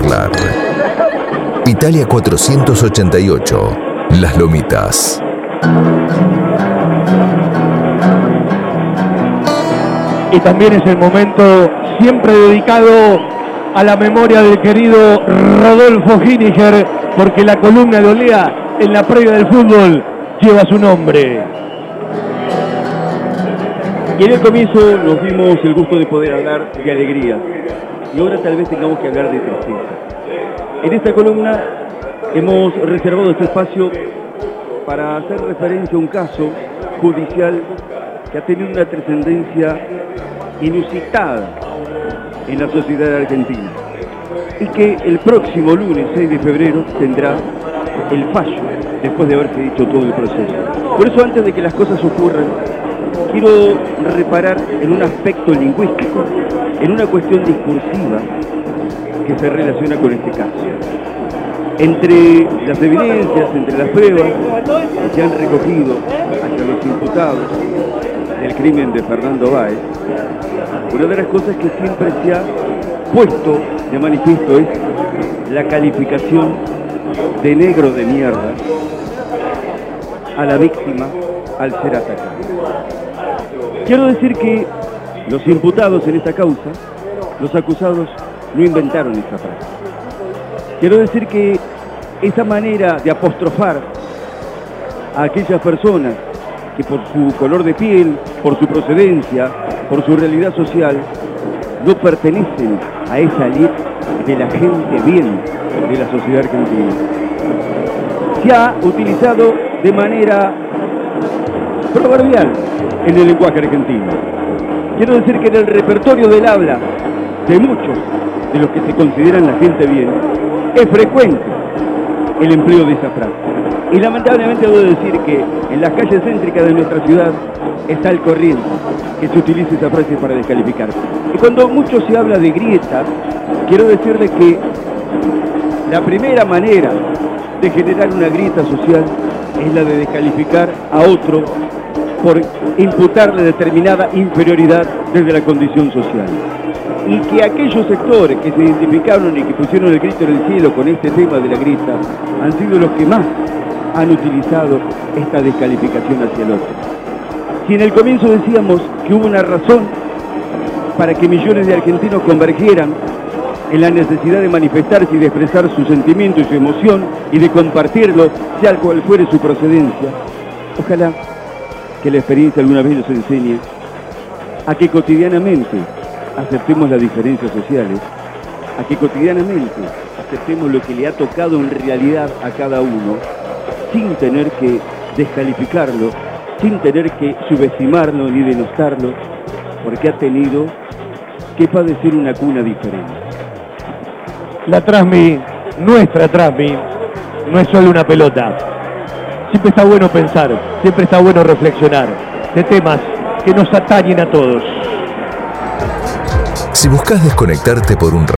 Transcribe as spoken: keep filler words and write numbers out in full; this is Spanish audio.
charlar. Italia cuatrocientos ochenta y ocho, Las Lomitas. Y también es el momento siempre dedicado a la memoria del querido Rodolfo Giniger, porque la columna de Olea en la previa del fútbol lleva su nombre. Y en el comienzo nos dimos el gusto de poder hablar de alegría, y ahora tal vez tengamos que hablar de tristeza. En esta columna hemos reservado este espacio para hacer referencia a un caso judicial que ha tenido una trascendencia inusitada en la sociedad argentina y que el próximo lunes seis de febrero tendrá el fallo después de haberse dicho todo el proceso. Por eso, antes de que las cosas ocurran, quiero reparar en un aspecto lingüístico, en una cuestión discursiva que se relaciona con este caso. Entre las evidencias, entre las pruebas que se han recogido hacia los imputados del crimen de Fernando Báez, una de las cosas que siempre se ha puesto de manifiesto es la calificación de negro de mierda a la víctima al ser atacada. Quiero decir que los imputados en esta causa, los acusados, no inventaron esta frase. Quiero decir que esa manera de apostrofar a aquellas personas que por su color de piel, por su procedencia, por su realidad social, no pertenecen a esa elite de la gente bien de la sociedad argentina. Se ha utilizado de manera proverbial en el lenguaje argentino. Quiero decir que en el repertorio del habla de muchos de los que se consideran la gente bien, es frecuente el empleo de esa frase. Y lamentablemente debo decir que en las calles céntricas de nuestra ciudad está el corriente que se utilice esa frase para descalificar. Y cuando mucho se habla de grieta, quiero decirles que la primera manera de generar una grieta social es la de descalificar a otro por imputarle determinada inferioridad desde la condición social. Y que aquellos sectores que se identificaron y que pusieron el grito en el cielo con este tema de la grieta han sido los que más han utilizado esta descalificación hacia el otro. Si en el comienzo decíamos que hubo una razón para que millones de argentinos convergieran en la necesidad de manifestarse y de expresar su sentimiento y su emoción y de compartirlo, sea cual fuere su procedencia, ojalá que la experiencia alguna vez nos enseñe a que cotidianamente aceptemos las diferencias sociales, a que cotidianamente aceptemos lo que le ha tocado en realidad a cada uno, sin tener que descalificarlo, sin tener que subestimarlo ni denostarlo, porque ha tenido que padecer una cuna diferente. La Transmi, nuestra Transmi, no es solo una pelota. Siempre está bueno pensar, siempre está bueno reflexionar de temas que nos atañen a todos. Si buscas desconectarte por un